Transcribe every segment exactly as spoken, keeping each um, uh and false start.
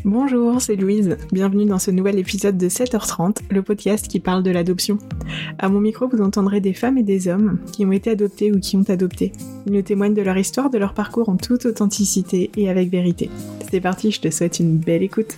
Bonjour, c'est Louise. Bienvenue dans ce nouvel épisode de sept heures trente, le podcast qui parle de l'adoption. À mon micro, vous entendrez des femmes et des hommes qui ont été adoptés ou qui ont adopté. Ils nous témoignent de leur histoire, de leur parcours en toute authenticité et avec vérité. C'est parti, je te souhaite une belle écoute.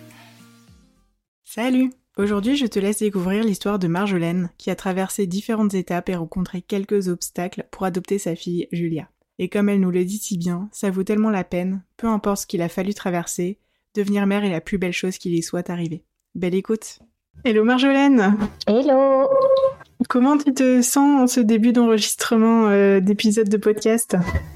Salut! Aujourd'hui, je te laisse découvrir l'histoire de Marjolaine, qui a traversé différentes étapes et rencontré quelques obstacles pour adopter sa fille Julia. Et comme elle nous le dit si bien, ça vaut tellement la peine, peu importe ce qu'il a fallu traverser, devenir mère est la plus belle chose qui lui soit arrivée. Belle écoute. Hello Marjolaine. Hello. Comment tu te sens en ce début d'enregistrement euh, d'épisode de podcast ?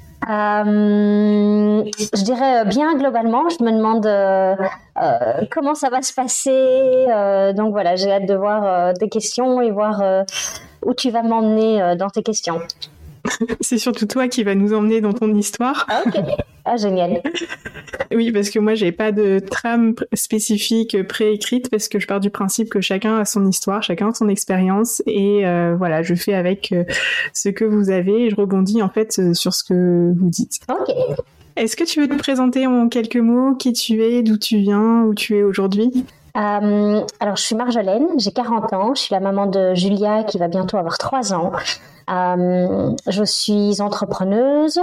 Euh, je dirais bien globalement, je me demande euh, euh, comment ça va se passer. Euh, donc voilà, j'ai hâte de voir euh, tes questions et voir euh, où tu vas m'emmener euh, dans tes questions. C'est surtout toi qui vas nous emmener dans ton histoire. Ah, ok. Ah, génial. Oui, parce que moi, j'ai pas de trame spécifique préécrite parce que je pars du principe que chacun a son histoire, chacun a son expérience et euh, voilà, je fais avec euh, ce que vous avez et je rebondis en fait euh, sur ce que vous dites. Ok. Est-ce que tu veux te présenter en quelques mots qui tu es, d'où tu viens, où tu es aujourd'hui ? Euh, alors, je suis Marjolaine, j'ai quarante ans, je suis la maman de Julia qui va bientôt avoir trois ans. Euh, je suis entrepreneuse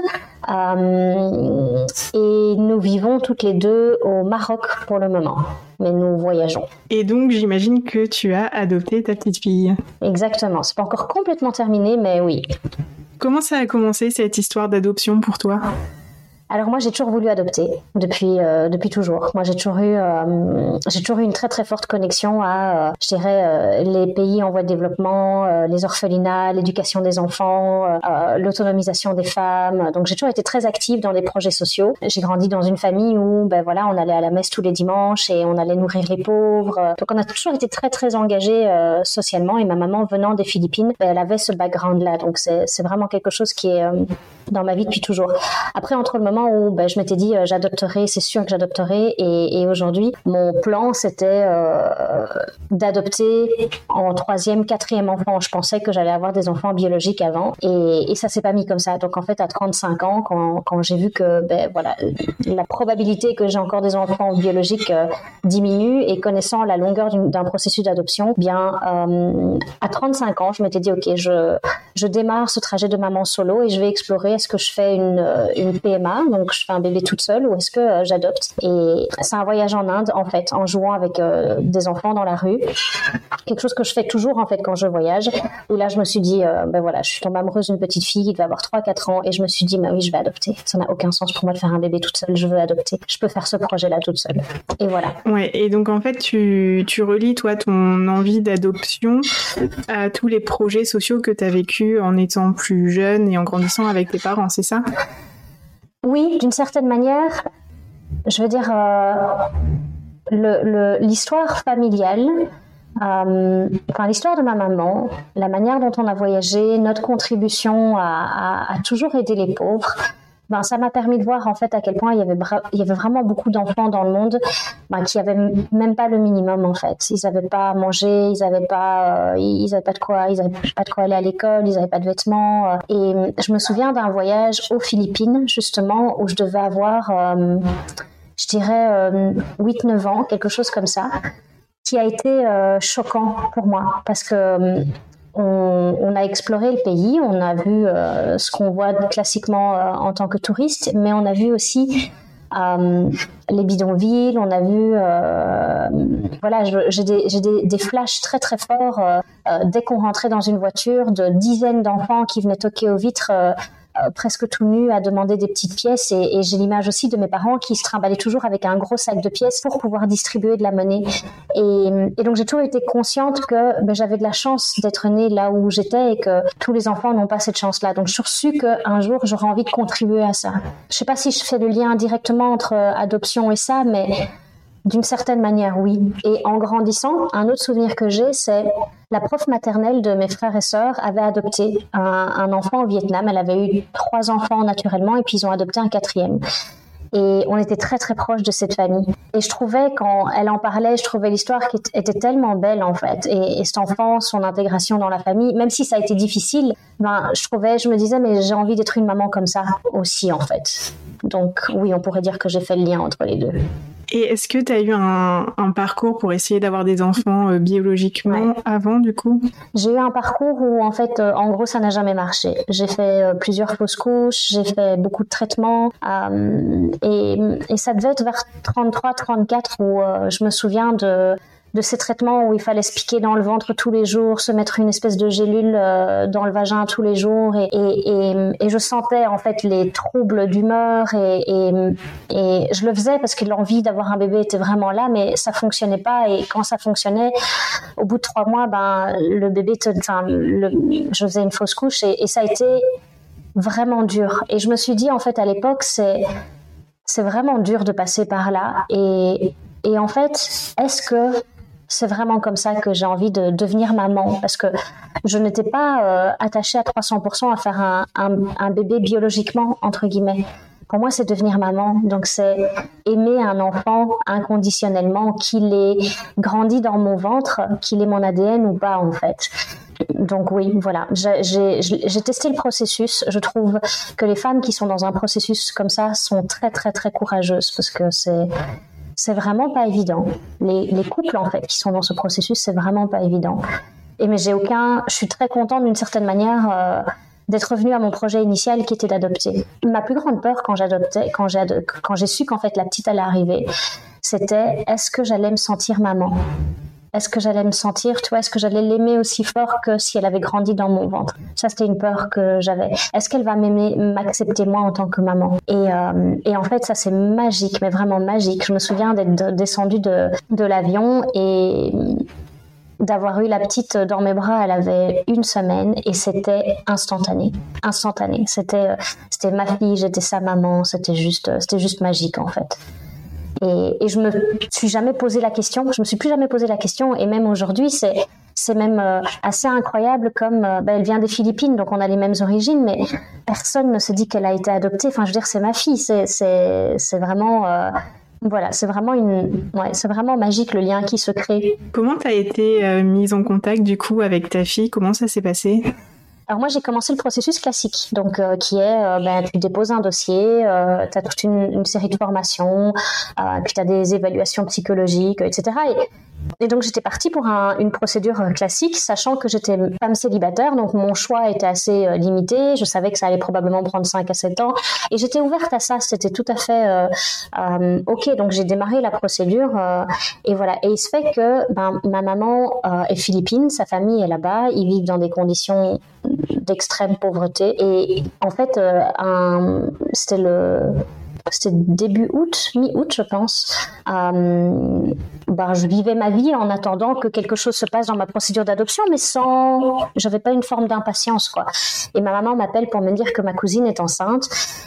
euh, et nous vivons toutes les deux au Maroc pour le moment, mais nous voyageons. Et donc, j'imagine que tu as adopté ta petite fille. Exactement, c'est pas encore complètement terminé, mais oui. Comment ça a commencé cette histoire d'adoption pour toi ? Alors moi j'ai toujours voulu adopter depuis euh, depuis toujours. Moi j'ai toujours eu euh, j'ai toujours eu une très très forte connexion à euh, je dirais euh, les pays en voie de développement, euh, les orphelinats, l'éducation des enfants, euh, l'autonomisation des femmes. Donc j'ai toujours été très active dans des projets sociaux. J'ai grandi dans une famille où ben voilà, on allait à la messe tous les dimanches et on allait nourrir les pauvres. Donc on a toujours été très très engagés euh, socialement et ma maman venant des Philippines, ben, elle avait ce background là. Donc c'est c'est vraiment quelque chose qui est euh, dans ma vie depuis toujours. Après entre le moment où ben, je m'étais dit euh, j'adopterai, c'est sûr que j'adopterai et, et aujourd'hui mon plan c'était euh, d'adopter en troisième, quatrième enfant. Je pensais que j'allais avoir des enfants biologiques avant et, et ça s'est pas mis comme ça. Donc en fait à trente-cinq ans quand, quand j'ai vu que ben, voilà, la probabilité que j'ai encore des enfants biologiques euh, diminue et connaissant la longueur d'un processus d'adoption, bien euh, à trente-cinq ans je m'étais dit ok je, je démarre ce trajet de maman solo et je vais explorer est-ce que je fais une, une P M A, donc je fais un bébé toute seule ou est-ce que euh, j'adopte. Et c'est un voyage en Inde en fait, en jouant avec euh, des enfants dans la rue, quelque chose que je fais toujours en fait quand je voyage, où là je me suis dit euh, ben voilà, je suis tombée amoureuse d'une petite fille qui devait avoir trois quatre ans et je me suis dit bah oui je vais adopter, ça n'a aucun sens pour moi de faire un bébé toute seule, je veux adopter, je peux faire ce projet là toute seule et voilà. Ouais, et donc en fait tu, tu relis toi ton envie d'adoption à tous les projets sociaux que tu as vécu en étant plus jeune et en grandissant avec tes parents, c'est ça ? Oui, d'une certaine manière, je veux dire, euh, le, le, l'histoire familiale, euh, enfin l'histoire de ma maman, la manière dont on a voyagé, notre contribution à, à, à toujours aider les pauvres, ben, ça m'a permis de voir en fait à quel point il y avait, bra- il y avait vraiment beaucoup d'enfants dans le monde ben, qui avaient m- même pas le minimum en fait. Ils n'avaient pas à manger, ils n'avaient pas, euh, ils avaient pas de quoi, ils avaient pas de quoi aller à l'école, ils n'avaient pas de vêtements. Euh, et je me souviens d'un voyage aux Philippines justement où je devais avoir, euh, je dirais euh, huit neuf ans, quelque chose comme ça, qui a été euh, choquant pour moi parce que euh, On, on a exploré le pays, on a vu euh, ce qu'on voit classiquement euh, en tant que touriste, mais on a vu aussi euh, les bidonvilles, on a vu, euh, voilà, je, j'ai, des, j'ai des, des flashs très très forts euh, euh, dès qu'on rentrait dans une voiture de dizaines d'enfants qui venaient toquer aux vitres euh, Euh, presque tout nus à demander des petites pièces et, et j'ai l'image aussi de mes parents qui se trimballaient toujours avec un gros sac de pièces pour pouvoir distribuer de la monnaie et, et donc j'ai toujours été consciente que ben, j'avais de la chance d'être née là où j'étais et que tous les enfants n'ont pas cette chance-là, donc j'ai toujours su qu'un jour j'aurais envie de contribuer à ça. Je sais pas si je fais le lien directement entre adoption et ça, mais d'une certaine manière, oui. Et en grandissant, un autre souvenir que j'ai, c'est la prof maternelle de mes frères et sœurs avait adopté un, un enfant au Vietnam. Elle avait eu trois enfants naturellement et puis ils ont adopté un quatrième. Et on était très très proches de cette famille. Et je trouvais, quand elle en parlait, je trouvais l'histoire qui était tellement belle en fait. Et, et cet enfant, son intégration dans la famille, même si ça a été difficile, ben, je trouvais, je me disais, mais j'ai envie d'être une maman comme ça aussi en fait. Donc oui, on pourrait dire que j'ai fait le lien entre les deux. Et est-ce que tu as eu un, un parcours pour essayer d'avoir des enfants euh, biologiquement ouais. avant, du coup? J'ai eu un parcours où, en fait, euh, en gros, ça n'a jamais marché. J'ai fait euh, plusieurs fausses couches, j'ai fait beaucoup de traitements, euh, et, et ça devait être vers trente-trois trente-quatre où euh, je me souviens de... de ces traitements où il fallait se piquer dans le ventre tous les jours, se mettre une espèce de gélule euh, dans le vagin tous les jours, et, et, et, et je sentais en fait les troubles d'humeur, et, et, et je le faisais parce que l'envie d'avoir un bébé était vraiment là, mais ça fonctionnait pas, et quand ça fonctionnait, au bout de trois mois, ben le bébé, te, enfin, le, je faisais une fausse couche, et, et ça a été vraiment dur. Et je me suis dit en fait à l'époque, c'est c'est vraiment dur de passer par là, et et en fait, est-ce que c'est vraiment comme ça que j'ai envie de devenir maman? Parce que je n'étais pas euh, attachée à trois cents pour cent à faire un, un, un bébé biologiquement, entre guillemets. Pour moi, c'est devenir maman. Donc, c'est aimer un enfant inconditionnellement, qu'il ait grandi dans mon ventre, qu'il ait mon A D N ou pas, en fait. Donc oui, voilà, j'ai, j'ai, j'ai testé le processus. Je trouve que les femmes qui sont dans un processus comme ça sont très, très, très courageuses, parce que c'est... c'est vraiment pas évident. Les, les couples, en fait, qui sont dans ce processus, c'est vraiment pas évident. Et mais j'ai aucun... Je suis très contente, d'une certaine manière, euh, d'être revenue à mon projet initial, qui était d'adopter. Ma plus grande peur quand j'adoptais, quand j'ai, quand j'ai su qu'en fait la petite allait arriver, c'était est-ce que j'allais me sentir maman ? Est-ce que j'allais me sentir, tu vois, est-ce que j'allais l'aimer aussi fort que si elle avait grandi dans mon ventre? Ça, c'était une peur que j'avais. Est-ce qu'elle va m'aimer, m'accepter moi en tant que maman? Et, euh, et en fait, ça, c'est magique, mais vraiment magique. Je me souviens d'être descendue de, de l'avion et d'avoir eu la petite dans mes bras. Elle avait une semaine et c'était instantané. Instantané. C'était, c'était ma fille, j'étais sa maman. C'était juste, c'était juste magique, en fait. Et, et je me suis jamais posé la question, je me suis plus jamais posé la question, et même aujourd'hui, c'est, c'est même euh, assez incroyable, comme euh, ben, elle vient des Philippines, donc on a les mêmes origines, mais personne ne se dit qu'elle a été adoptée. Enfin, je veux dire, c'est ma fille, c'est, c'est, c'est vraiment... Euh, Voilà, c'est vraiment une, ouais, c'est vraiment magique le lien qui se crée. Comment t'as été euh, mise en contact du coup avec ta fille? Comment ça s'est passé? Alors moi, j'ai commencé le processus classique, donc euh, qui est, euh, ben, tu déposes un dossier, euh, tu as toute une, une série de formations, euh, puis tu as des évaluations psychologiques, et cetera. Et, et donc j'étais partie pour un, une procédure classique, sachant que j'étais femme célibataire, donc mon choix était assez euh, limité. Je savais que ça allait probablement prendre cinq à sept ans, et j'étais ouverte à ça. C'était tout à fait euh, euh, ok. Donc j'ai démarré la procédure, euh, et voilà. Et il se fait que ben, ma maman euh, est philippine, sa famille est là-bas, ils vivent dans des conditions d'extrême pauvreté, et en fait euh, un, c'était le c'était début août, mi-août je pense, euh, bah, je vivais ma vie en attendant que quelque chose se passe dans ma procédure d'adoption, mais sans, j'avais pas une forme d'impatience, quoi. Et ma maman m'appelle pour me dire que ma cousine est enceinte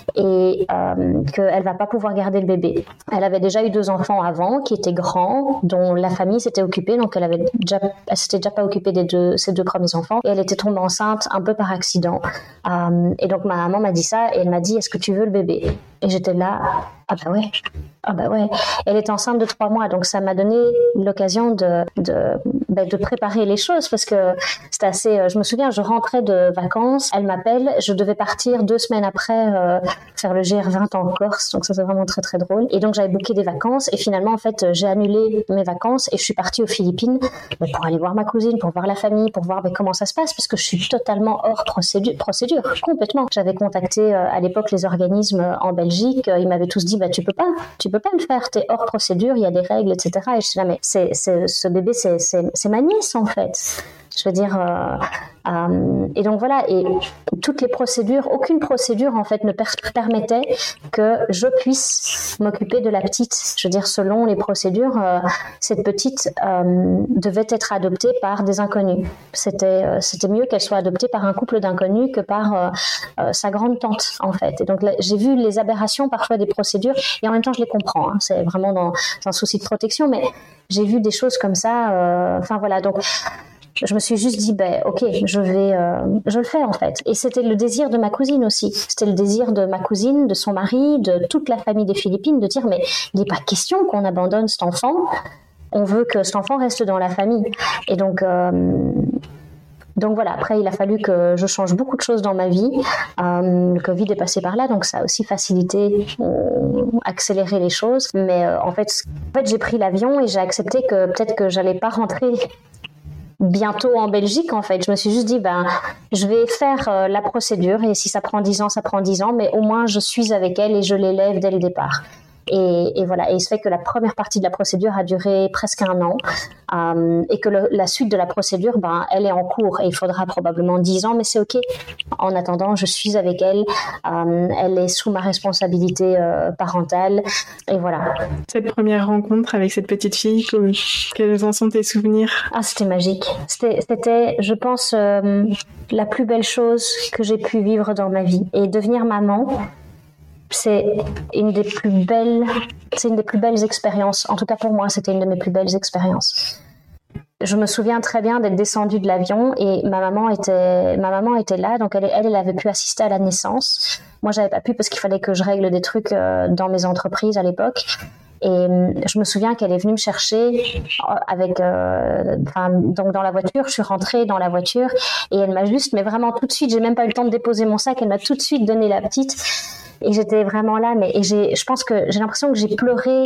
et euh, qu'elle va pas pouvoir garder le bébé. Elle avait déjà eu deux enfants avant qui étaient grands, dont la famille s'était occupée, donc elle avait déjà, elle s'était déjà pas occupée des deux, ses deux premiers enfants, et elle était tombée enceinte un peu par accident. Euh, et donc ma maman m'a dit ça, et elle m'a dit: est-ce que tu veux le bébé? Et j'étais là, ah bah ouais, ah bah ouais. Elle était enceinte de trois mois, donc ça m'a donné l'occasion de de, bah, de préparer les choses, parce que c'était assez. Je me souviens, je rentrais de vacances, elle m'appelle, je devais partir deux semaines après euh, faire le G R vingt en Corse, donc ça c'est vraiment très très drôle. Et donc j'avais booké des vacances, et finalement en fait j'ai annulé mes vacances et je suis partie aux Philippines bah, pour aller voir ma cousine, pour voir la famille, pour voir bah, comment ça se passe, parce que je suis totalement hors procédure, procédure complètement. J'avais contacté euh, à l'époque les organismes en Belgique. Ils m'avaient tous dit bah tu peux pas, tu peux pas le faire, t'es hors procédure, il y a des règles, et cetera. Et je suis là, mais c'est, c'est ce bébé, c'est, c'est, c'est ma nièce en fait. Je veux dire, euh, euh, et donc voilà, et toutes les procédures, aucune procédure en fait ne per- permettait que je puisse m'occuper de la petite. Je veux dire, selon les procédures, euh, cette petite euh, devait être adoptée par des inconnus. C'était, euh, c'était mieux qu'elle soit adoptée par un couple d'inconnus que par euh, euh, sa grande tante en fait. Et donc là, j'ai vu les aberrations parfois des procédures, et en même temps je les comprends. Hein, c'est vraiment dans, dans un souci de protection, mais j'ai vu des choses comme ça. Enfin euh, voilà, donc. Je me suis juste dit, ben, ok, je vais, euh, je le fais en fait. Et c'était le désir de ma cousine aussi. C'était le désir de ma cousine, de son mari, de toute la famille des Philippines, de dire, mais il n'est pas question qu'on abandonne cet enfant. On veut que cet enfant reste dans la famille. Et donc, euh, donc voilà, après il a fallu que je change beaucoup de choses dans ma vie. Euh, le Covid est passé par là, donc ça a aussi facilité, euh, accéléré les choses. Mais euh, en, fait, en fait, j'ai pris l'avion et j'ai accepté que peut-être que j'allais pas rentrer bientôt en Belgique. En fait, je me suis juste dit, ben, je vais faire euh, la procédure et si ça prend dix ans, ça prend dix ans, mais au moins je suis avec elle et je l'élève dès le départ. Et, et voilà, et il se fait que la première partie de la procédure a duré presque un an, euh, et que le, la suite de la procédure, ben, elle est en cours et il faudra probablement dix ans, mais c'est ok. En attendant, je suis avec elle, euh, elle est sous ma responsabilité euh, parentale, et voilà. Cette première rencontre avec cette petite fille, quels en sont tes souvenirs? Ah, c'était magique. C'était, c'était je pense, euh, la plus belle chose que j'ai pu vivre dans ma vie. Et devenir maman, c'est une des plus belles, c'est une des plus belles expériences. En tout cas pour moi, c'était une de mes plus belles expériences. Je me souviens très bien d'être descendue de l'avion et ma maman était, ma maman était là, donc elle, elle, elle avait pu assister à la naissance. Moi, j'avais pas pu parce qu'il fallait que je règle des trucs euh, dans mes entreprises à l'époque. Et euh, je me souviens qu'elle est venue me chercher avec, euh, enfin, donc dans la voiture. Je suis rentrée dans la voiture et elle m'a juste, mais vraiment tout de suite, j'ai même pas eu le temps de déposer mon sac. Elle m'a tout de suite donné la petite. Et j'étais vraiment là, mais et j'ai, je pense que j'ai l'impression que j'ai pleuré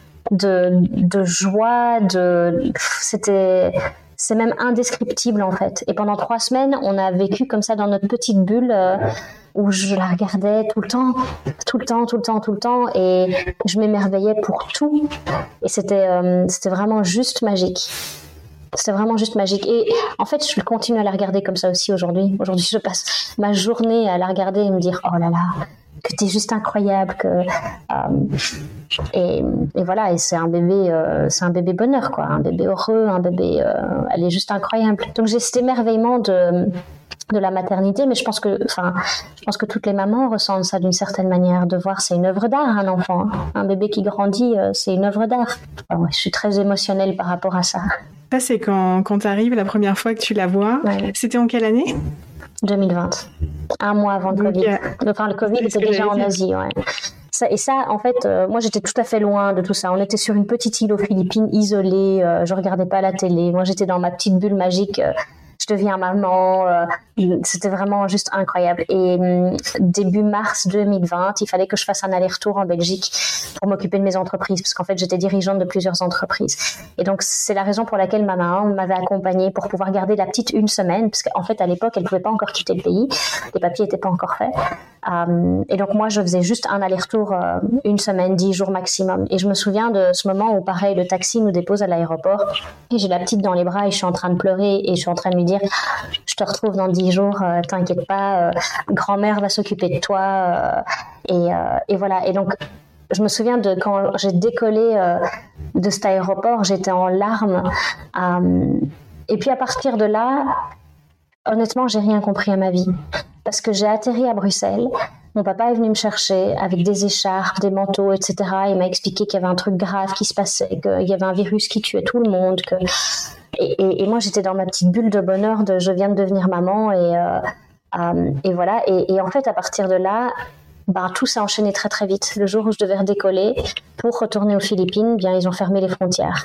de, de joie, de, c'était, c'est même indescriptible en fait. Et pendant trois semaines, on a vécu comme ça dans notre petite bulle euh, où je la regardais tout le temps, tout le temps, tout le temps, tout le temps, et je m'émerveillais pour tout. Et c'était, euh, c'était vraiment juste magique. C'était vraiment juste magique. Et en fait, je continue à la regarder comme ça aussi aujourd'hui. Aujourd'hui, je passe ma journée à la regarder et me dire, oh là là, que t'es juste incroyable, que euh, et, et voilà, et c'est un bébé euh, c'est un bébé bonheur quoi, un bébé heureux, un bébé euh, elle est juste incroyable. Donc j'ai cet émerveillement de de la maternité, mais je pense que enfin je pense que toutes les mamans ressentent ça d'une certaine manière, de voir c'est une œuvre d'art un enfant, hein. Un bébé qui grandit, euh, c'est une œuvre d'art. Enfin, ouais, je suis très émotionnelle par rapport à ça. Ça c'est quand quand t'arrives la première fois que tu la vois. Ouais. C'était en quelle année? deux mille vingt, un mois avant le Donc, Covid. Euh, enfin, le Covid était déjà en Asie, ouais. Ça, et ça, en fait, euh, moi, j'étais tout à fait loin de tout ça. On était sur une petite île aux Philippines, isolée. Euh, je regardais pas la télé. Moi, j'étais dans ma petite bulle magique. Euh, je deviens maman. Euh, c'était vraiment juste incroyable. Et euh, début mars deux mille vingt, il fallait que je fasse un aller-retour en Belgique pour m'occuper de mes entreprises, parce qu'en fait, j'étais dirigeante de plusieurs entreprises. Et donc, c'est la raison pour laquelle ma maman m'avait accompagnée pour pouvoir garder la petite une semaine, parce qu'en fait, à l'époque, elle pouvait pas encore quitter le pays. Les papiers étaient pas encore faits. Euh, et donc, moi, je faisais juste un aller-retour euh, une semaine, dix jours maximum. Et je me souviens de ce moment où, pareil, le taxi nous dépose à l'aéroport. Et j'ai la petite dans les bras et je suis en train de pleurer et je suis en train de lui dire, je te retrouve dans dix jours, euh, t'inquiète pas, euh, grand-mère va s'occuper de toi. Euh, et, euh, et voilà. Et donc, je me souviens de quand j'ai décollé euh, de cet aéroport, j'étais en larmes. Euh, et puis à partir de là, honnêtement, j'ai rien compris à ma vie. Parce que j'ai atterri à Bruxelles, mon papa est venu me chercher avec des écharpes, des manteaux, et cetera. Il m'a expliqué qu'il y avait un truc grave qui se passait, qu'il y avait un virus qui tuait tout le monde. Que... Et, et, et moi, j'étais dans ma petite bulle de bonheur de je viens de devenir maman. Et, euh, euh, et voilà. Et, et en fait, à partir de là, ben, tout s'est enchaîné très très vite. Le jour où je devais redécoller pour retourner aux Philippines, bien, ils ont fermé les frontières.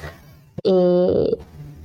Et...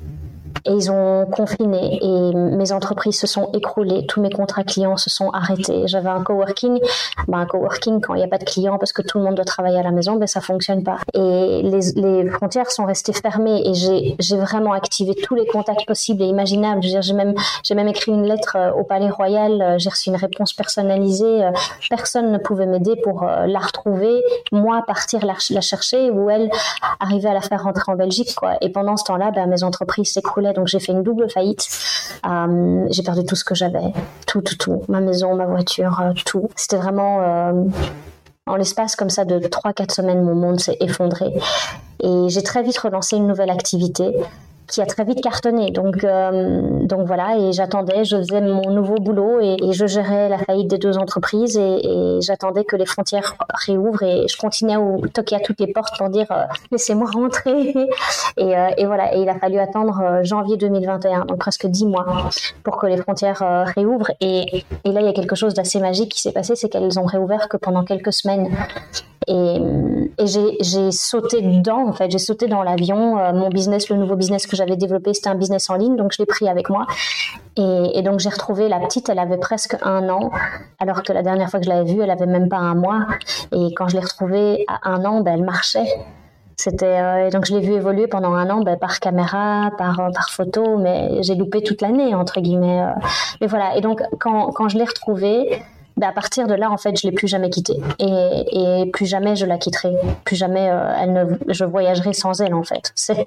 Et ils ont confiné et mes entreprises se sont écroulées, tous mes contrats clients se sont arrêtés. J'avais un coworking, ben un coworking quand il n'y a pas de clients parce que tout le monde doit travailler à la maison, ben ça fonctionne pas. Et les, les frontières sont restées fermées et j'ai, j'ai vraiment activé tous les contacts possibles et imaginables. Je veux dire, j'ai même, j'ai même écrit une lettre au Palais Royal, j'ai reçu une réponse personnalisée. Personne ne pouvait m'aider pour la retrouver, moi partir la, la chercher ou elle arriver à la faire rentrer en Belgique, quoi. Et pendant ce temps-là, ben mes entreprises s'écroulaient. Donc j'ai fait une double faillite. Euh, j'ai perdu tout ce que j'avais, tout, tout, tout, ma maison, ma voiture, euh, tout. C'était vraiment euh, en l'espace comme ça de trois quatre semaines, mon monde s'est effondré. Et j'ai très vite relancé une nouvelle activité qui a très vite cartonné. Donc, euh, donc voilà, et j'attendais, je faisais mon nouveau boulot et, et je gérais la faillite des deux entreprises et, et j'attendais que les frontières réouvrent et je continuais à toquer à toutes les portes pour dire euh, laissez-moi rentrer. Et, euh, et voilà, et il a fallu attendre euh, janvier deux mille vingt et un, donc presque dix mois pour que les frontières euh, réouvrent. Et, et là, il y a quelque chose d'assez magique qui s'est passé, c'est qu'elles ont réouvert que pendant quelques semaines. Et, et j'ai, j'ai sauté dedans, en fait, j'ai sauté dans l'avion. Euh, mon business, le nouveau business que j'avais développé, c'était un business en ligne, donc je l'ai pris avec moi. Et, et donc j'ai retrouvé la petite, elle avait presque un an, alors que la dernière fois que je l'avais vue, elle avait même pas un mois. Et quand je l'ai retrouvée à un an, ben, elle marchait. C'était, euh, donc je l'ai vue évoluer pendant un an, ben, par caméra, par, euh, par photo, mais j'ai loupé toute l'année, entre guillemets. Euh. Mais voilà, et donc quand, quand je l'ai retrouvée, ben à partir de là, en fait, je l'ai plus jamais quittée. Et, et plus jamais je la quitterai. Plus jamais euh, elle ne, je voyagerai sans elle, en fait. C'est,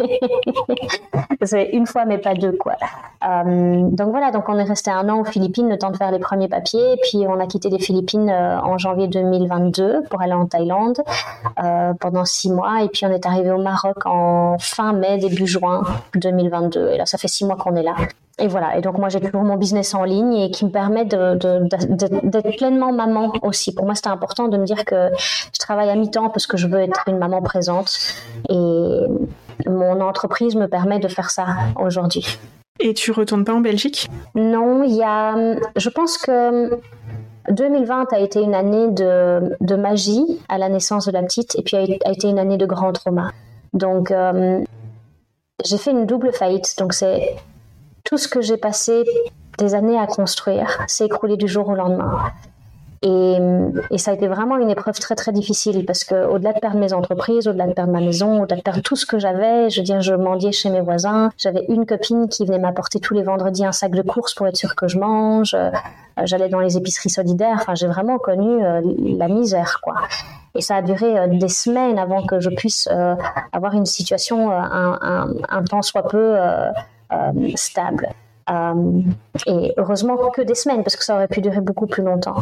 c'est une fois, mais pas deux, quoi. Euh, donc voilà, donc on est resté un an aux Philippines, le temps de faire les premiers papiers. Puis on a quitté les Philippines euh, en janvier deux mille vingt-deux pour aller en Thaïlande euh, pendant six mois. Et puis on est arrivé au Maroc en fin mai, début juin deux mille vingt-deux. Et là, ça fait six mois qu'on est là. Et voilà, et donc moi j'ai toujours mon business en ligne et qui me permet de, de, de, d'être pleinement maman aussi. Pour moi c'était important de me dire que je travaille à mi-temps parce que je veux être une maman présente et mon entreprise me permet de faire ça aujourd'hui. Et tu retournes pas en Belgique ? Non, il y a, je pense que deux mille vingt a été une année de, de magie à la naissance de la petite et puis a, a été une année de grand trauma. Donc euh, j'ai fait une double faillite, donc c'est... Tout ce que j'ai passé des années à construire s'est écroulé du jour au lendemain. Et, et ça a été vraiment une épreuve très très difficile parce qu'au-delà de perdre mes entreprises, au-delà de perdre ma maison, au-delà de perdre tout ce que j'avais, je veux dire, je mendiais chez mes voisins. J'avais une copine qui venait m'apporter tous les vendredis un sac de courses pour être sûre que je mange. J'allais dans les épiceries solidaires. Enfin, j'ai vraiment connu euh, la misère, quoi. Et ça a duré euh, des semaines avant que je puisse euh, avoir une situation euh, un, un, un tant soit peu euh, euh, stable. Euh, et heureusement que des semaines, parce que ça aurait pu durer beaucoup plus longtemps.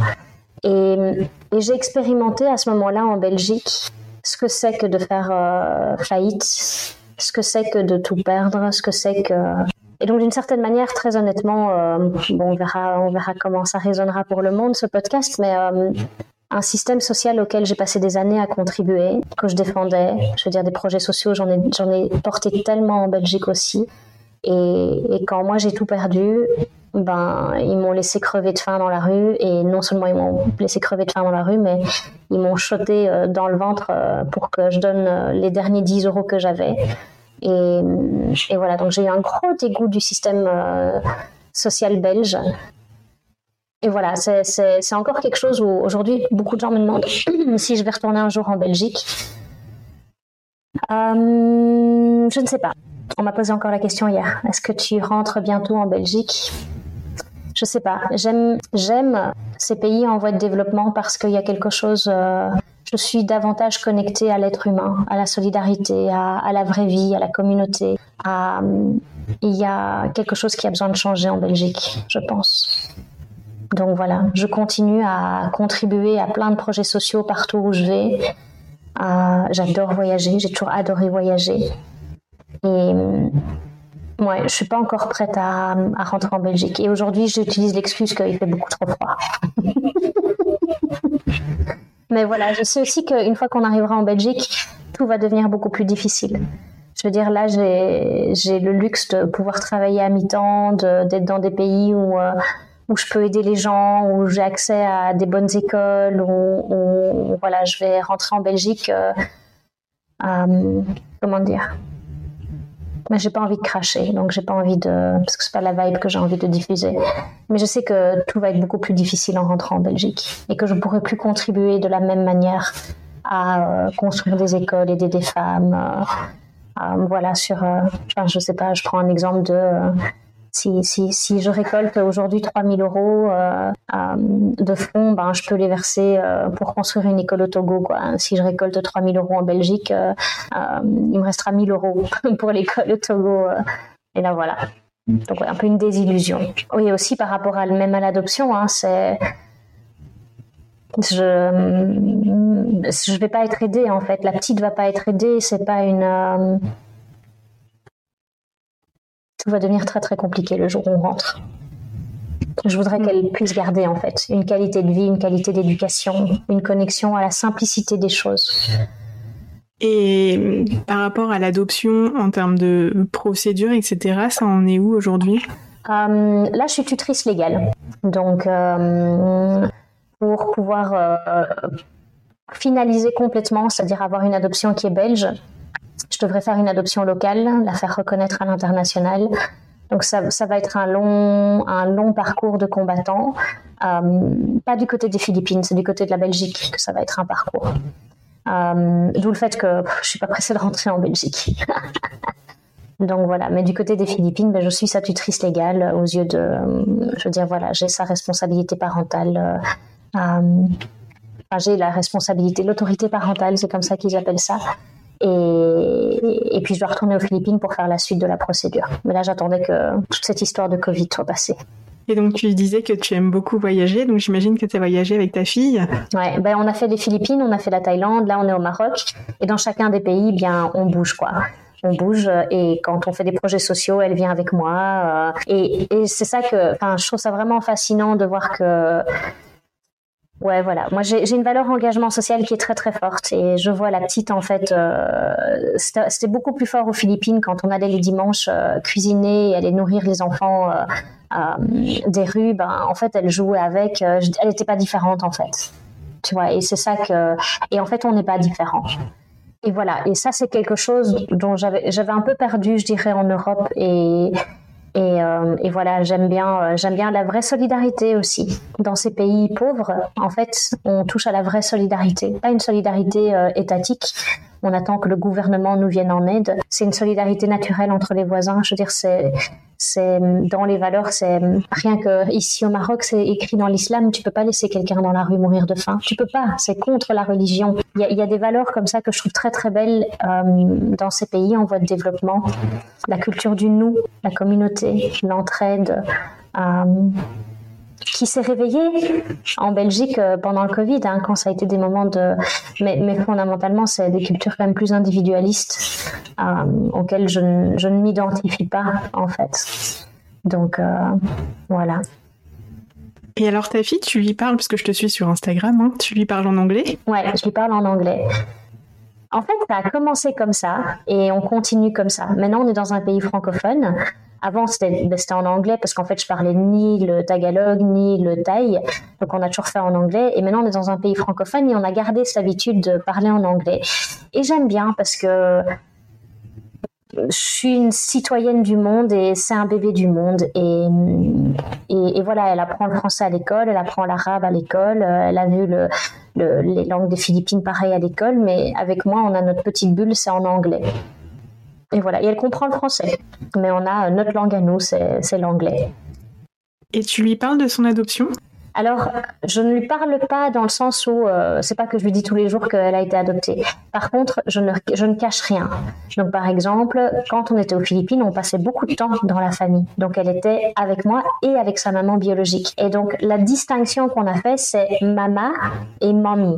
Et, et j'ai expérimenté à ce moment-là en Belgique ce que c'est que de faire euh, faillite, ce que c'est que de tout perdre, ce que c'est que... Et donc d'une certaine manière, très honnêtement, euh, bon, on verra, on verra comment ça résonnera pour le monde, ce podcast, mais euh, un système social auquel j'ai passé des années à contribuer, que je défendais, je veux dire des projets sociaux, j'en ai, j'en ai porté tellement en Belgique aussi. Et, et quand moi j'ai tout perdu, ben, ils m'ont laissé crever de faim dans la rue. Et non seulement ils m'ont laissé crever de faim dans la rue, mais ils m'ont shoté euh, dans le ventre euh, pour que je donne euh, les derniers dix euros que j'avais. Et, et voilà, donc j'ai eu un gros dégoût du système euh, social belge. Et voilà, c'est, c'est, c'est encore quelque chose où aujourd'hui beaucoup de gens me demandent si je vais retourner un jour en Belgique. Euh, je ne sais pas. On m'a posé encore la question hier. Est-ce que tu rentres bientôt en Belgique ? Je sais pas. J'aime, j'aime ces pays en voie de développement parce qu'il y a quelque chose. Euh, je suis davantage connectée à l'être humain, à la solidarité, à, à la vraie vie, à la communauté. À, il y a quelque chose qui a besoin de changer en Belgique, je pense. Donc voilà, je continue à contribuer à plein de projets sociaux partout où je vais. Euh, j'adore voyager. J'ai toujours adoré voyager. Et ouais, je suis pas encore prête à, à rentrer en Belgique. Et aujourd'hui, j'utilise l'excuse qu'il fait beaucoup trop froid. Mais voilà, je sais aussi qu'une fois qu'on arrivera en Belgique, tout va devenir beaucoup plus difficile. Je veux dire, là, j'ai, j'ai le luxe de pouvoir travailler à mi-temps, de, d'être dans des pays où, euh, où je peux aider les gens, où j'ai accès à des bonnes écoles, où, où voilà, je vais rentrer en Belgique. Euh, euh, comment dire ? Mais j'ai pas envie de cracher, donc j'ai pas envie de... Parce que c'est pas la vibe que j'ai envie de diffuser. Mais je sais que tout va être beaucoup plus difficile en rentrant en Belgique et que je pourrai plus contribuer de la même manière à euh, construire des écoles, aider des femmes. Euh, euh, voilà, sur... Euh, enfin, je sais pas, je prends un exemple de... Euh, si, si, si je récolte aujourd'hui trois mille euros euh, euh, de fonds, ben, je peux les verser euh, pour construire une école au Togo, quoi. Si je récolte trois mille euros en Belgique, euh, euh, il me restera mille euros pour l'école au Togo. Euh, et là, voilà. Donc, ouais, un peu une désillusion. Oui, aussi par rapport à, même à l'adoption, hein, c'est... Je je vais pas être aidée, en fait. La petite va pas être aidée. C'est pas une... Euh... Tout va devenir très très compliqué le jour où on rentre. Je voudrais qu'elle puisse garder en fait une qualité de vie, une qualité d'éducation, une connexion à la simplicité des choses. Et par rapport à l'adoption en termes de procédure, et cetera, ça en est où aujourd'hui ? euh, Là, je suis tutrice légale. Donc, euh, pour pouvoir euh, finaliser complètement, c'est-à-dire avoir une adoption qui est belge, je devrais faire une adoption locale, la faire reconnaître à l'international. Donc ça, ça va être un long, un long parcours de combattants. Euh, pas du côté des Philippines, c'est du côté de la Belgique que ça va être un parcours. Euh, d'où le fait que pff, je suis pas pressée de rentrer en Belgique. Donc voilà, mais du côté des Philippines, ben, je suis sa tutrice légale aux yeux de, je veux dire voilà, j'ai sa responsabilité parentale. Euh, euh, enfin, j'ai la responsabilité, l'autorité parentale, c'est comme ça qu'ils appellent ça. Et, et puis je dois retourner aux Philippines pour faire la suite de la procédure. Mais là, j'attendais que toute cette histoire de Covid soit passée. Et donc tu disais que tu aimes beaucoup voyager, donc j'imagine que tu as voyagé avec ta fille. Ouais, ben on a fait les Philippines, on a fait la Thaïlande, là on est au Maroc, et dans chacun des pays, bien on bouge quoi. On bouge et quand on fait des projets sociaux, elle vient avec moi. Euh, et, et c'est ça que, enfin, je trouve ça vraiment fascinant de voir que. Ouais, voilà. Moi, j'ai, j'ai une valeur engagement social qui est très, très forte. Et je vois la petite, en fait, euh, c'était, c'était beaucoup plus fort aux Philippines quand on allait les dimanches euh, cuisiner et aller nourrir les enfants euh, euh, des rues. Ben, en fait, elle jouait avec. Euh, elle n'était pas différente, en fait. Tu vois, et c'est ça que. Et en fait, on n'est pas différents. Et voilà. Et ça, c'est quelque chose dont j'avais, j'avais un peu perdu, je dirais, en Europe. Et. Et, euh, et voilà, j'aime bien, euh, j'aime bien la vraie solidarité aussi. Dans ces pays pauvres, en fait, on touche à la vraie solidarité. Pas une solidarité euh, étatique. On attend que le gouvernement nous vienne en aide. C'est une solidarité naturelle entre les voisins. Je veux dire, c'est, c'est dans les valeurs. C'est rien que ici au Maroc, c'est écrit dans l'islam. Tu peux pas laisser quelqu'un dans la rue mourir de faim. Tu peux pas. C'est contre la religion. Il y a, il y a des valeurs comme ça que je trouve très très belles euh, dans ces pays en voie de développement. La culture du nous, la communauté, l'entraide. Euh, qui s'est réveillée en Belgique pendant le Covid, hein, quand ça a été des moments de... Mais, mais fondamentalement, c'est des cultures quand même plus individualistes euh, auxquelles je, ne, je ne m'identifie pas, en fait. Donc, euh, voilà. Et alors ta fille, tu lui parles, parce que je te suis sur Instagram, hein, tu lui parles en anglais ? Ouais, je lui parle en anglais. En fait, ça a commencé comme ça et on continue comme ça. Maintenant, on est dans un pays francophone. Avant, c'était, ben, c'était en anglais parce qu'en fait, je parlais ni le tagalog, ni le thaï. Donc, on a toujours fait en anglais. Et maintenant, on est dans un pays francophone et on a gardé cette habitude de parler en anglais. Et j'aime bien parce que je suis une citoyenne du monde et c'est un bébé du monde. Et, et, et voilà, elle apprend le français à l'école, elle apprend l'arabe à l'école, elle a vu le, le, les langues des Philippines pareil à l'école. Mais avec moi, on a notre petite bulle, c'est en anglais. Et voilà, et elle comprend le français. Mais on a notre langue à nous, c'est, c'est l'anglais. Et tu lui parles de son adoption ? Alors, je ne lui parle pas dans le sens où euh, c'est pas que je lui dis tous les jours qu'elle a été adoptée. Par contre, je ne, je ne cache rien. Donc, par exemple, quand on était aux Philippines, on passait beaucoup de temps dans la famille. Donc, elle était avec moi et avec sa maman biologique. Et donc, la distinction qu'on a faite, c'est mama et mommy.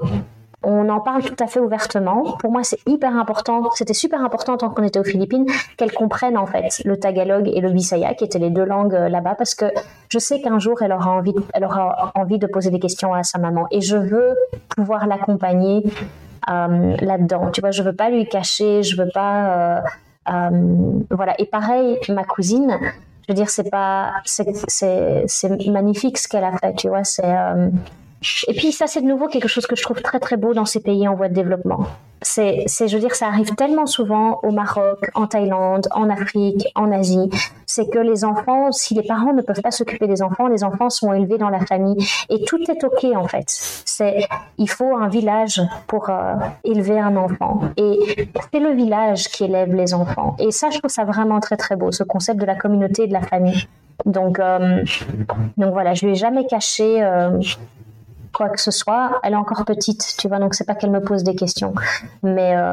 On en parle tout à fait ouvertement. Pour moi, c'est hyper important. C'était super important tant qu'on était aux Philippines qu'elle comprenne en fait le tagalog et le bisaya, qui étaient les deux langues là-bas, parce que je sais qu'un jour elle aura envie, de, elle aura envie de poser des questions à sa maman, et je veux pouvoir l'accompagner euh, là-dedans. Tu vois, je veux pas lui cacher, je veux pas, euh, euh, voilà. Et pareil, ma cousine. Je veux dire, c'est pas, c'est, c'est, c'est magnifique ce qu'elle a fait. Tu vois, c'est euh, Et puis ça, c'est de nouveau quelque chose que je trouve très très beau dans ces pays en voie de développement. C'est, c'est, je veux dire, ça arrive tellement souvent au Maroc, en Thaïlande, en Afrique, en Asie. C'est que les enfants, si les parents ne peuvent pas s'occuper des enfants, les enfants sont élevés dans la famille. Et tout est OK, en fait. C'est, il faut un village pour euh, élever un enfant. Et c'est le village qui élève les enfants. Et ça, je trouve ça vraiment très très beau, ce concept de la communauté et de la famille. Donc, euh, donc voilà, je lui ai jamais caché... Euh, quoi que ce soit, elle est encore petite, tu vois, donc c'est pas qu'elle me pose des questions. Mais euh,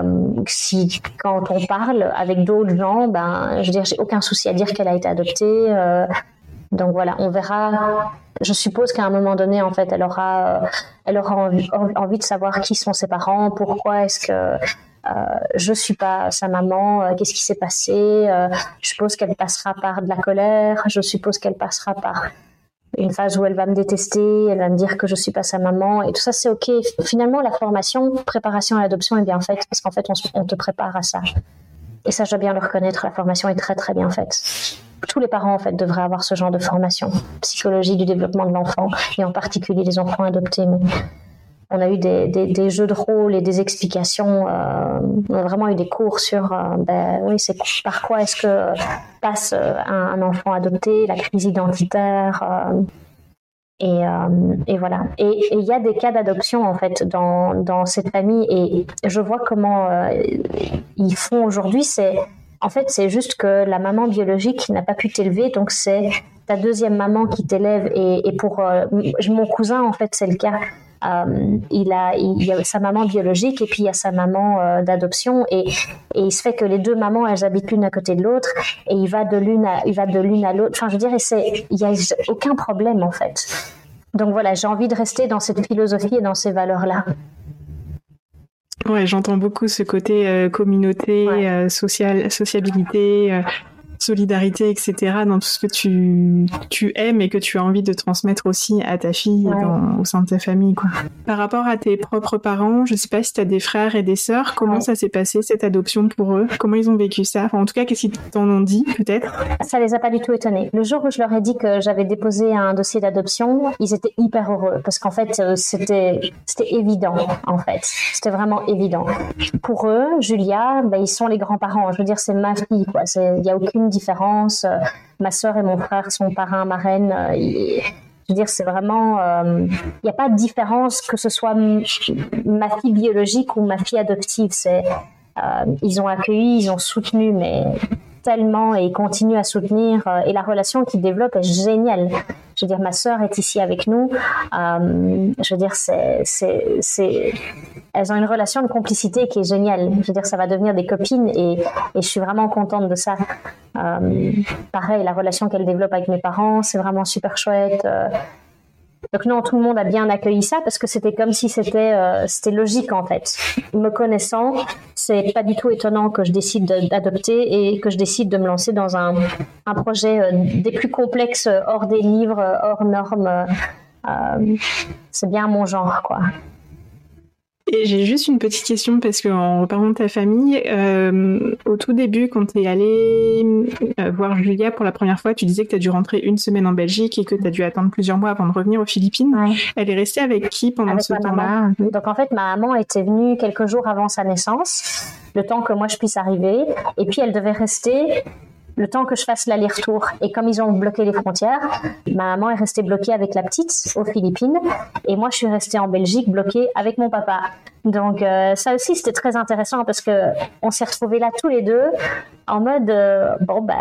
si quand on parle avec d'autres gens, ben, je veux dire, j'ai aucun souci à dire qu'elle a été adoptée. Euh, donc voilà, on verra. Je suppose qu'à un moment donné, en fait, elle aura, euh, elle aura envie, envie de savoir qui sont ses parents, pourquoi est-ce que euh, je suis pas sa maman, euh, qu'est-ce qui s'est passé. Euh, je suppose qu'elle passera par de la colère. Je suppose qu'elle passera par une phase où elle va me détester, elle va me dire que je suis pas sa maman, et tout ça c'est ok. Finalement, la formation, préparation à l'adoption est bien faite parce qu'en fait on, on te prépare à ça. Et ça, je dois bien le reconnaître, la formation est très très bien faite. Tous les parents en fait devraient avoir ce genre de formation, psychologie du développement de l'enfant, et en particulier les enfants adoptés. Mais on a eu des, des, des jeux de rôle et des explications. Euh, on a vraiment eu des cours sur, euh, ben oui, c'est par quoi est-ce que passe un, un enfant adopté, la crise identitaire. Euh, et, euh, et voilà. Et il y a des cas d'adoption en fait dans dans cette famille et je vois comment euh, ils font aujourd'hui. C'est en fait c'est juste que la maman biologique n'a pas pu t'élever, donc c'est ta deuxième maman qui t'élève et, et pour euh, mon cousin en fait c'est le cas. Euh, il a il y a sa maman biologique et puis il y a sa maman euh, d'adoption et et il se fait que les deux mamans elles habitent l'une à côté de l'autre et il va de l'une à il va de l'une à l'autre. Enfin je veux dire c'est il y a aucun problème en fait. Donc voilà, j'ai envie de rester dans cette philosophie et dans ces valeurs là. Ouais, j'entends beaucoup ce côté euh, communauté, ouais. euh, social, sociabilité, euh, solidarité, et cetera dans tout ce que tu, tu aimes et que tu as envie de transmettre aussi à ta fille ouais. dans, au sein de ta famille, quoi. Par rapport à tes propres parents, je sais pas si tu as des frères et des sœurs, comment ouais. ça s'est passé cette adoption pour eux? Comment ils ont vécu ça? Enfin, en tout cas, qu'est-ce qu'ils t'en ont dit, peut-être? Ça les a pas du tout étonnés. Le jour où je leur ai dit que j'avais déposé un dossier d'adoption, ils étaient hyper heureux parce qu'en fait, c'était, c'était évident, en fait. C'était vraiment évident. Pour eux, Julia, ben, ils sont les grands-parents. Je veux dire, c'est ma fille, quoi. Il y a aucune différence. Euh, ma sœur et mon frère sont parrain, marraine. Euh, et, je veux dire, c'est vraiment... Il euh, n'y a pas de différence que ce soit m- ma fille biologique ou ma fille adoptive. C'est, euh, ils ont accueilli, ils ont soutenu, mais tellement et ils continuent à soutenir. Euh, et la relation qu'ils développent est géniale. Je veux dire, ma sœur est ici avec nous. Euh, je veux dire, c'est, c'est, c'est... elles ont une relation de complicité qui est géniale. Je veux dire, ça va devenir des copines et, et je suis vraiment contente de ça. Euh, pareil, la relation qu'elles développent avec mes parents, c'est vraiment super chouette. Euh, donc non, tout le monde a bien accueilli ça parce que c'était comme si c'était, euh, c'était logique en fait. Me connaissant, c'est pas du tout étonnant que je décide de, d'adopter et que je décide de me lancer dans un, un projet euh, des plus complexes, hors des livres, hors normes. Euh, c'est bien mon genre, quoi. Et j'ai juste une petite question parce qu'en reparlant de ta famille, euh, au tout début, quand tu es allée euh, voir Julia pour la première fois, tu disais que tu as dû rentrer une semaine en Belgique et que tu as dû attendre plusieurs mois avant de revenir aux Philippines. Ouais. Elle est restée avec qui pendant avec ce temps-là? Maman. Donc en fait, ma maman était venue quelques jours avant sa naissance, le temps que moi je puisse arriver, et puis elle devait rester le temps que je fasse l'aller-retour. Et comme ils ont bloqué les frontières, ma maman est restée bloquée avec la petite aux Philippines et moi je suis restée en Belgique bloquée avec mon papa. Donc euh, ça aussi c'était très intéressant parce que on s'est retrouvés là tous les deux en mode euh, bon bah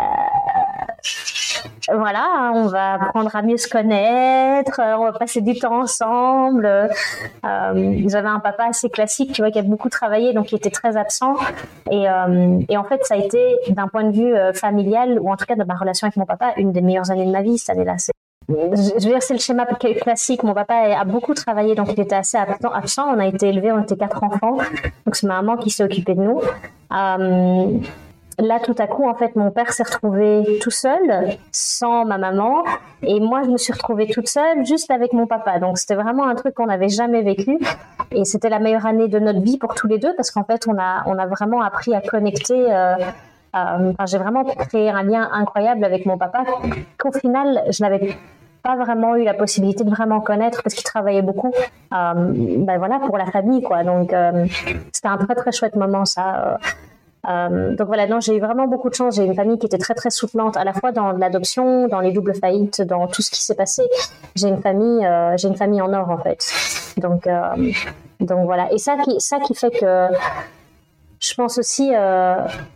voilà, on va apprendre à mieux se connaître, on va passer du temps ensemble. Euh, j'avais un papa assez classique, tu vois, qui a beaucoup travaillé, donc il était très absent. Et, euh, et en fait, ça a été, d'un point de vue euh, familial, ou en tout cas de ma relation avec mon papa, une des meilleures années de ma vie, cette année-là. C'est, je veux dire, c'est le schéma classique. Mon papa a beaucoup travaillé, donc il était assez absent. On a été élevés, on était quatre enfants. Donc c'est ma maman qui s'est occupée de nous. Euh, Là, tout à coup, en fait, mon père s'est retrouvé tout seul, sans ma maman, et moi, je me suis retrouvée toute seule, juste avec mon papa. Donc, c'était vraiment un truc qu'on n'avait jamais vécu, et c'était la meilleure année de notre vie pour tous les deux, parce qu'en fait, on a, on a vraiment appris à connecter. Euh, euh, enfin, j'ai vraiment créé un lien incroyable avec mon papa, qu'au final, je n'avais pas vraiment eu la possibilité de vraiment connaître, parce qu'il travaillait beaucoup. Euh, ben voilà, pour la famille, quoi. Donc, euh, c'était un très très chouette moment, ça. Euh, donc voilà, non, j'ai eu vraiment beaucoup de chance. J'ai une famille qui était très très soutenante, à la fois dans l'adoption, dans les doubles faillites, dans tout ce qui s'est passé. J'ai une famille, euh, j'ai une famille en or en fait. Donc euh, donc voilà, et ça qui ça qui fait que je pense aussi, euh,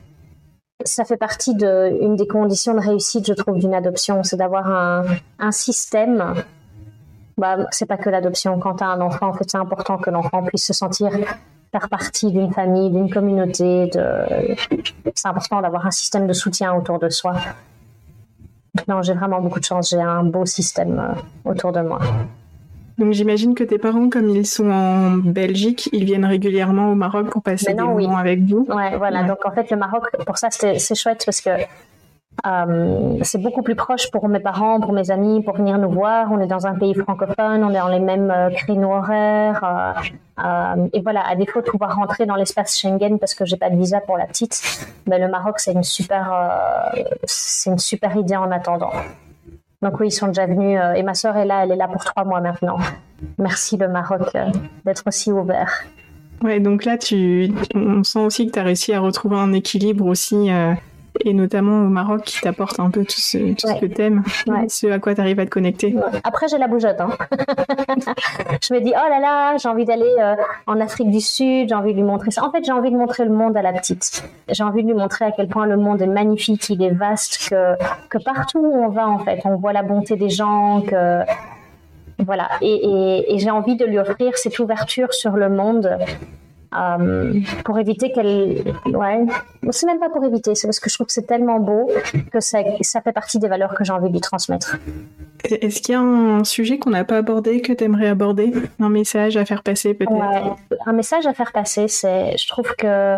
ça fait partie de une des conditions de réussite, je trouve, d'une adoption, c'est d'avoir un un système. Bah, c'est pas que l'adoption. Quand tu as un enfant, en fait, c'est important que l'enfant puisse se sentir faire partie d'une famille, d'une communauté. De... C'est important d'avoir un système de soutien autour de soi. Non, j'ai vraiment beaucoup de chance. J'ai un beau système autour de moi. Donc j'imagine que tes parents, comme ils sont en Belgique, ils viennent régulièrement au Maroc pour passer non, des moments oui. avec vous. Ouais, voilà. Ouais. Donc en fait, le Maroc, pour ça, c'est, c'est chouette parce que Euh, c'est beaucoup plus proche pour mes parents, pour mes amis, pour venir nous voir. On est dans un pays francophone, on est dans les mêmes euh, créneaux horaires. Euh, euh, et voilà, à défaut de pouvoir rentrer dans l'espace Schengen parce que j'ai pas de visa pour la petite, ben le Maroc c'est une super, euh, c'est une super idée en attendant. Donc oui, ils sont déjà venus euh, et ma sœur est là, elle est là pour trois mois maintenant. Merci le Maroc euh, d'être aussi ouvert. Ouais, donc là, tu, on sent aussi que tu as réussi à retrouver un équilibre aussi, euh, et notamment au Maroc qui t'apporte un peu tout ce, tout ouais. ce que t'aimes, ouais. ce à quoi tu arrives à te connecter. Ouais. Après, j'ai la bougeotte. Hein. Je me dis, oh là là, j'ai envie d'aller euh, en Afrique du Sud, j'ai envie de lui montrer ça. En fait, j'ai envie de montrer le monde à la petite. J'ai envie de lui montrer à quel point le monde est magnifique, il est vaste, que, que partout où on va, en fait, on voit la bonté des gens, que... Voilà, et, et, et j'ai envie de lui offrir cette ouverture sur le monde euh, pour éviter qu'elle... Ouais, c'est même pas pour éviter, c'est parce que je trouve que c'est tellement beau que ça, ça fait partie des valeurs que j'ai envie de lui transmettre. Est-ce qu'il y a un sujet qu'on n'a pas abordé, que tu aimerais aborder ? Un message à faire passer peut-être ? Ouais, un message à faire passer, c'est... Je trouve que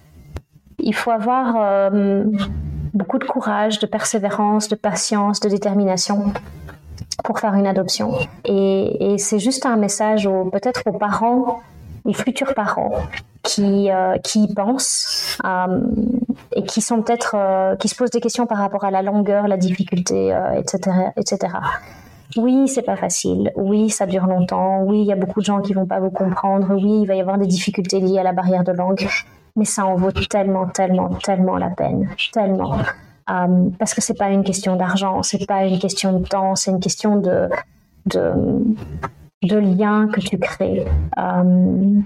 il faut avoir euh, beaucoup de courage, de persévérance, de patience, de détermination pour faire une adoption. Et, et c'est juste un message aux, peut-être aux parents, aux futurs parents qui, euh, qui y pensent euh, et qui sont peut-être, euh, qui se posent des questions par rapport à la longueur, la difficulté, euh, et cetera, et cetera. Oui, c'est pas facile. Oui, ça dure longtemps. Oui, il y a beaucoup de gens qui vont pas vous comprendre. Oui, il va y avoir des difficultés liées à la barrière de langue. Mais ça en vaut tellement, tellement, tellement la peine. Tellement. Um, parce que c'est pas une question d'argent, c'est pas une question de temps, c'est une question de de, de lien que tu crées. Um,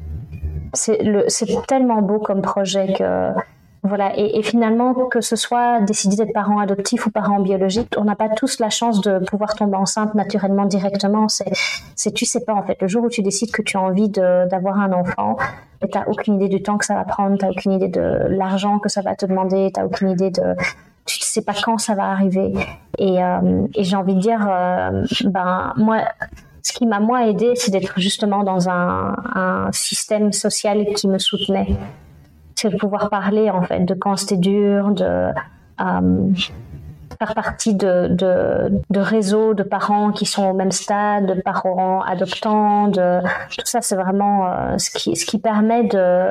c'est, le, c'est tellement beau comme projet que voilà. Et, et finalement, que ce soit décider d'être parent adoptif ou parent biologique, on n'a pas tous la chance de pouvoir tomber enceinte naturellement directement. C'est, c'est tu sais pas en fait. Le jour où tu décides que tu as envie de, d'avoir un enfant, et t'as aucune idée du temps que ça va prendre, t'as aucune idée de l'argent que ça va te demander, t'as aucune idée de, tu sais pas quand ça va arriver. Et, euh, et j'ai envie de dire, euh, ben moi, ce qui m'a moi aidé, c'est d'être justement dans un, un système social qui me soutenait. C'est de pouvoir parler en fait de quand c'était dur, de euh, faire partie de, de, de réseaux de parents qui sont au même stade, de parents adoptants, de tout ça, c'est vraiment euh, ce qui ce qui permet de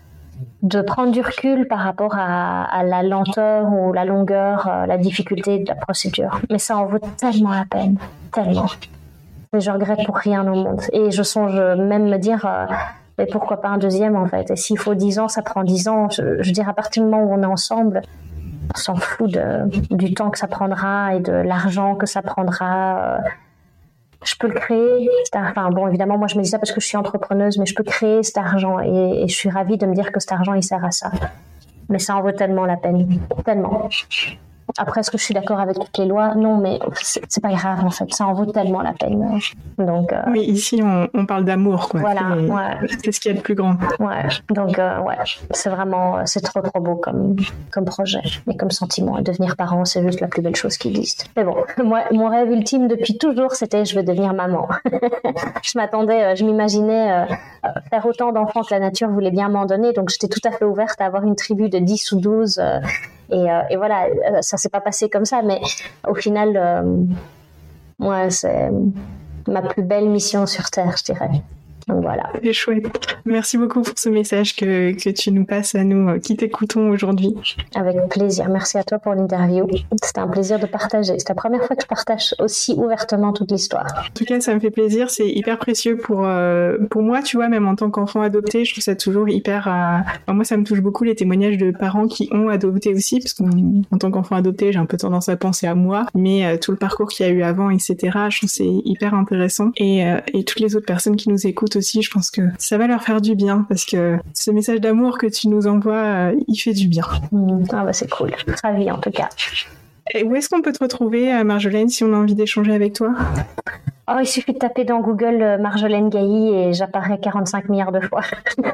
de prendre du recul par rapport à, à la lenteur ou la longueur, euh, la difficulté de la procédure. Mais ça en vaut tellement la peine, tellement. Et je regrette pour rien au monde. Et je songe même me dire euh, mais pourquoi pas un deuxième en fait. Et s'il faut dix ans, ça prend dix ans. Je, je veux dire, à partir du moment où on est ensemble, on s'en fout de, du temps que ça prendra et de l'argent que ça prendra. Je peux le créer. Enfin bon, évidemment, moi je me dis ça parce que je suis entrepreneuse, mais je peux créer cet argent et, et je suis ravie de me dire que cet argent il sert à ça. Mais ça en vaut tellement la peine, tellement. Après, est-ce que je suis d'accord avec toutes les lois ? Non, mais c'est, c'est pas grave en fait. Ça en vaut tellement la peine. Donc. Euh... Oui, ici on, on parle d'amour, quoi. Voilà. C'est, ouais. c'est ce qu'il y a de plus grand. Ouais. Donc euh, ouais, c'est vraiment, c'est trop trop beau comme comme projet et comme sentiment. Et devenir parent, c'est juste la plus belle chose qui existe. Mais bon, moi, mon rêve ultime depuis toujours, c'était je veux devenir maman. Je m'attendais, je m'imaginais euh, faire autant d'enfants que la nature voulait bien m'en donner. Donc j'étais tout à fait ouverte à avoir une tribu de dix ou douze. Euh, Et, euh, et voilà, euh, ça s'est pas passé comme ça, mais au final, euh, ouais, c'est ma plus belle mission sur Terre, je dirais. Donc voilà. C'est chouette. Merci beaucoup pour ce message que, que tu nous passes à nous qui t'écoutons aujourd'hui. Avec plaisir. Merci à toi pour l'interview. C'était un plaisir de partager. C'est la première fois que je partage aussi ouvertement toute l'histoire. En tout cas, ça me fait plaisir. C'est hyper précieux pour, euh, pour moi, tu vois, même en tant qu'enfant adopté, je trouve ça toujours hyper... Euh... Enfin, moi, ça me touche beaucoup les témoignages de parents qui ont adopté aussi, parce qu'en tant qu'enfant adopté, j'ai un peu tendance à penser à moi, mais euh, tout le parcours qu'il y a eu avant, et cetera, je trouve que c'est hyper intéressant. Et, euh, et toutes les autres personnes qui nous écoutent aussi, je pense que ça va leur faire du bien parce que ce message d'amour que tu nous envoies, euh, il fait du bien. Mmh. Ah bah c'est cool. Ravie en tout cas. Et où est-ce qu'on peut te retrouver, Marjolaine, si on a envie d'échanger avec toi ? Oh, il suffit de taper dans Google Marjolaine Gailly et j'apparais quarante-cinq milliards de fois.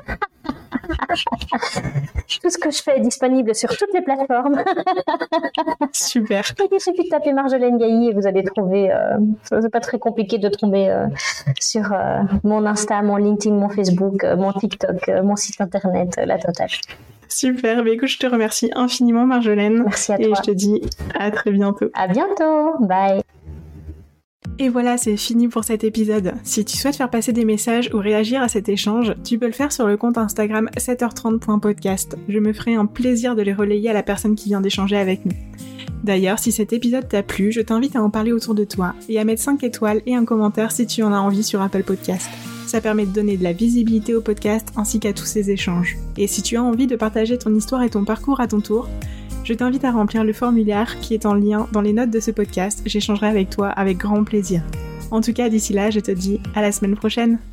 Tout ce que je fais est disponible sur toutes les plateformes. Super. Il suffit de taper Marjolaine Gailly et vous allez trouver. Euh, c'est pas très compliqué de tomber euh, sur euh, mon Insta, mon LinkedIn, mon Facebook, euh, mon TikTok, euh, mon site internet, euh, la totale. Super. Mais écoute, je te remercie infiniment, Marjolaine. Merci à toi. Et je te dis à très bientôt. À bientôt. Bye. Et voilà, c'est fini pour cet épisode. Si tu souhaites faire passer des messages ou réagir à cet échange, tu peux le faire sur le compte Instagram sept heures trente point podcast. Je me ferai un plaisir de les relayer à la personne qui vient d'échanger avec nous. D'ailleurs, si cet épisode t'a plu, je t'invite à en parler autour de toi et à mettre cinq étoiles et un commentaire si tu en as envie sur Apple Podcast. Ça permet de donner de la visibilité au podcast ainsi qu'à tous ces échanges. Et si tu as envie de partager ton histoire et ton parcours à ton tour, je t'invite à remplir le formulaire qui est en lien dans les notes de ce podcast. J'échangerai avec toi avec grand plaisir. En tout cas, d'ici là, je te dis à la semaine prochaine.